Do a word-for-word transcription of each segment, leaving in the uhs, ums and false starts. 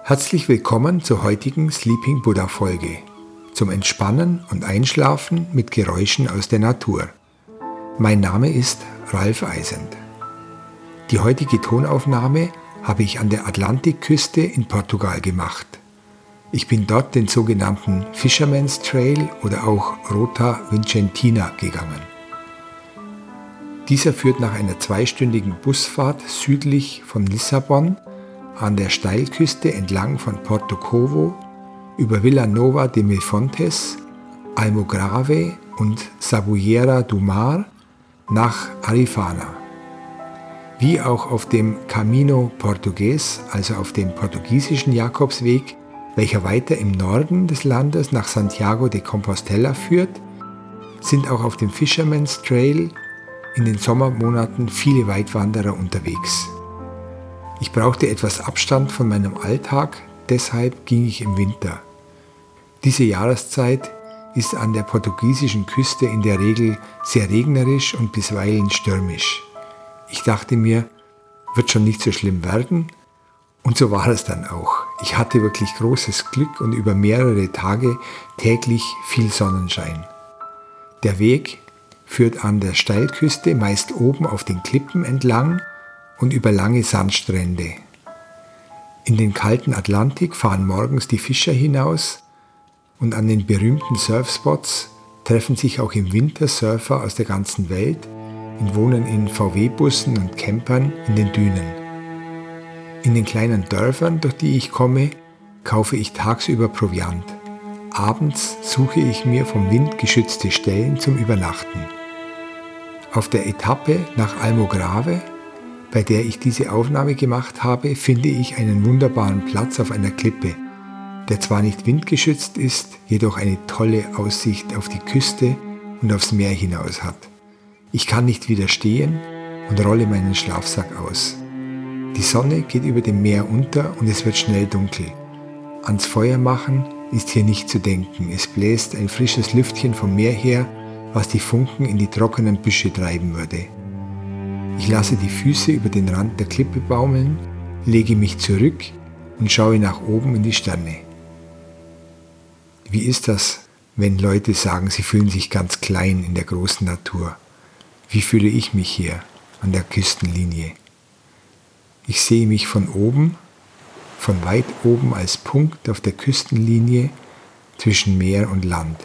Herzlich willkommen zur heutigen Sleeping Buddha Folge, zum Entspannen und Einschlafen mit Geräuschen aus der Natur. Mein Name ist Ralf Eisend. Die heutige Tonaufnahme habe ich an der Atlantikküste in Portugal gemacht. Ich bin dort den sogenannten Fisherman's Trail oder auch Rota Vicentina gegangen. Dieser führt nach einer zweistündigen Busfahrt südlich von Lissabon an der Steilküste entlang von Porto Covo über Vila Nova de Mil Fontes, Almograve und Saboeira do Mar nach Arifana. Wie auch auf dem Camino Portugues, also auf dem portugiesischen Jakobsweg, welcher weiter im Norden des Landes nach Santiago de Compostela führt, sind auch auf dem Fisherman's Trail in den Sommermonaten viele Weitwanderer unterwegs. Ich brauchte etwas Abstand von meinem Alltag, deshalb ging ich im Winter. Diese Jahreszeit ist an der portugiesischen Küste in der Regel sehr regnerisch und bisweilen stürmisch. Ich dachte mir, wird schon nicht so schlimm werden, und so war es dann auch. Ich hatte wirklich großes Glück und über mehrere Tage täglich viel Sonnenschein. Der Weg führt an der Steilküste meist oben auf den Klippen entlang und über lange Sandstrände. In den kalten Atlantik fahren morgens die Fischer hinaus und an den berühmten Surfspots treffen sich auch im Winter Surfer aus der ganzen Welt und wohnen in V W-Bussen und Campern in den Dünen. In den kleinen Dörfern, durch die ich komme, kaufe ich tagsüber Proviant. Abends suche ich mir vom Wind geschützte Stellen zum Übernachten. Auf der Etappe nach Almograve, bei der ich diese Aufnahme gemacht habe, finde ich einen wunderbaren Platz auf einer Klippe, der zwar nicht windgeschützt ist, jedoch eine tolle Aussicht auf die Küste und aufs Meer hinaus hat. Ich kann nicht widerstehen und rolle meinen Schlafsack aus. Die Sonne geht über dem Meer unter und es wird schnell dunkel. Ans Feuer machen ist hier nicht zu denken. Es bläst ein frisches Lüftchen vom Meer her, was die Funken in die trockenen Büsche treiben würde. Ich lasse die Füße über den Rand der Klippe baumeln, lege mich zurück und schaue nach oben in die Sterne. Wie ist das, wenn Leute sagen, sie fühlen sich ganz klein in der großen Natur? Wie fühle ich mich hier an der Küstenlinie? Ich sehe mich von oben, von weit oben als Punkt auf der Küstenlinie zwischen Meer und Land.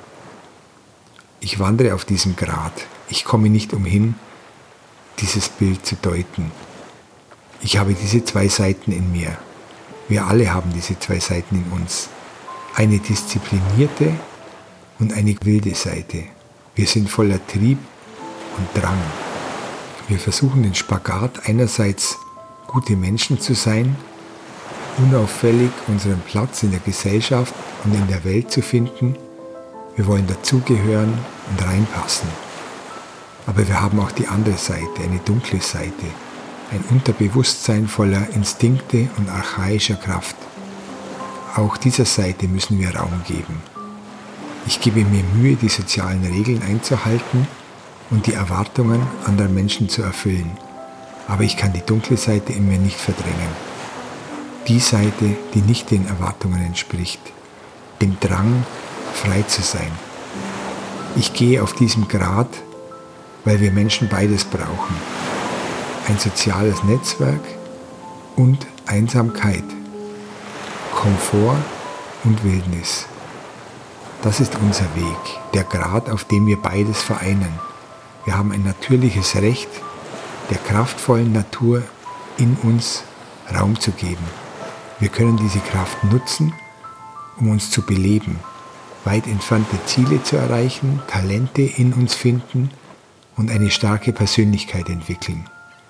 Ich wandere auf diesem Grat. Ich komme nicht umhin, dieses Bild zu deuten. Ich habe diese zwei Seiten in mir. Wir alle haben diese zwei Seiten in uns. Eine disziplinierte und eine wilde Seite. Wir sind voller Trieb und Drang. Wir versuchen den Spagat, einerseits gute Menschen zu sein, unauffällig unseren Platz in der Gesellschaft und in der Welt zu finden. Wir wollen dazugehören und reinpassen. Aber wir haben auch die andere Seite, eine dunkle Seite, ein Unterbewusstsein voller Instinkte und archaischer Kraft. Auch dieser Seite müssen wir Raum geben. Ich gebe mir Mühe, die sozialen Regeln einzuhalten und die Erwartungen anderer Menschen zu erfüllen. Aber ich kann die dunkle Seite in mir nicht verdrängen. Die Seite, die nicht den Erwartungen entspricht, dem Drang, frei zu sein. Ich gehe auf diesem Grat, weil wir Menschen beides brauchen. Ein soziales Netzwerk und Einsamkeit, Komfort und Wildnis. Das ist unser Weg, der Grat, auf dem wir beides vereinen. Wir haben ein natürliches Recht, der kraftvollen Natur in uns Raum zu geben. Wir können diese Kraft nutzen, um uns zu beleben, weit entfernte Ziele zu erreichen, Talente in uns finden und eine starke Persönlichkeit entwickeln.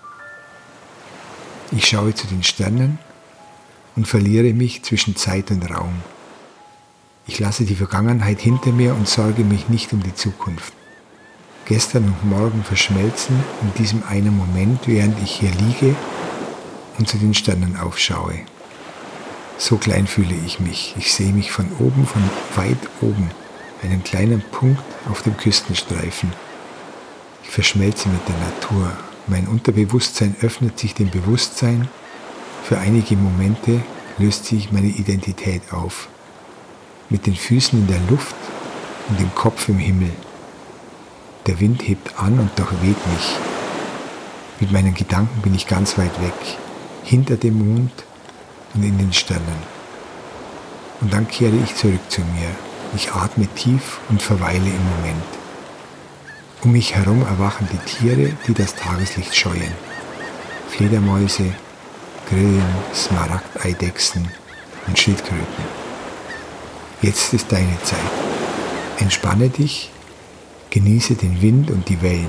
Ich schaue zu den Sternen und verliere mich zwischen Zeit und Raum. Ich lasse die Vergangenheit hinter mir und sorge mich nicht um die Zukunft. Gestern und morgen verschmelzen in diesem einen Moment, während ich hier liege und zu den Sternen aufschaue. So klein fühle ich mich. Ich sehe mich von oben, von weit oben, einen kleinen Punkt auf dem Küstenstreifen. Ich verschmelze mit der Natur. Mein Unterbewusstsein öffnet sich dem Bewusstsein für einige Momente löst sich meine Identität auf. Mit den Füßen in der Luft und dem Kopf im Himmel. Der Wind hebt an und durchweht mich. Mit meinen Gedanken bin ich ganz weit weg, hinter dem Mond und in den Sternen. Und dann kehre ich zurück zu mir. Ich atme tief und verweile im Moment. Um mich herum erwachen die Tiere, die das Tageslicht scheuen. Fledermäuse, Grillen, Smaragdeidechsen und Schildkröten. Jetzt ist deine Zeit. Entspanne dich, genieße den Wind und die Wellen.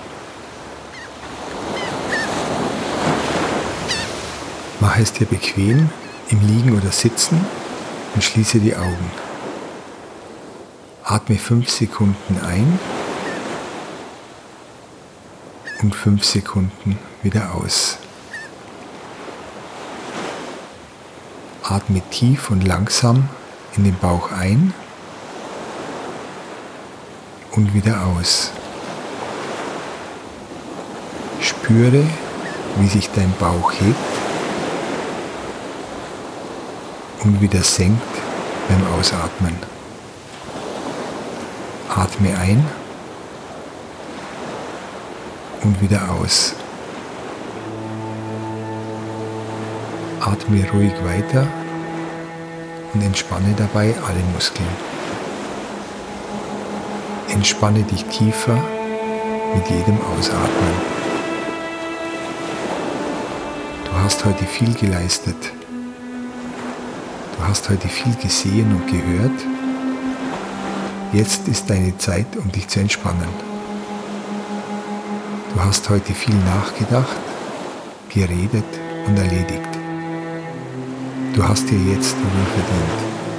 Mach es dir bequem, im Liegen oder Sitzen und schließe die Augen. Atme fünf Sekunden ein und fünf Sekunden wieder aus. Atme tief und langsam in den Bauch ein und wieder aus. Spüre, wie sich dein Bauch hebt und wieder senkt beim Ausatmen. Atme ein und wieder aus. Atme ruhig weiter und entspanne dabei alle Muskeln. Entspanne dich tiefer mit jedem Ausatmen. Du hast heute viel geleistet. Du hast heute viel gesehen und gehört. Jetzt ist deine Zeit, um dich zu entspannen. Du hast heute viel nachgedacht, geredet und erledigt. Du hast dir jetzt Ruhe verdient.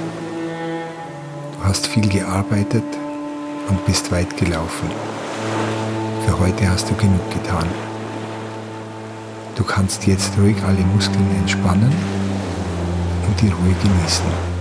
Du hast viel gearbeitet und bist weit gelaufen. Für heute hast du genug getan. Du kannst jetzt ruhig alle Muskeln entspannen und die Ruhe genießen.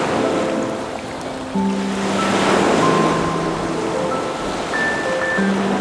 Thank you.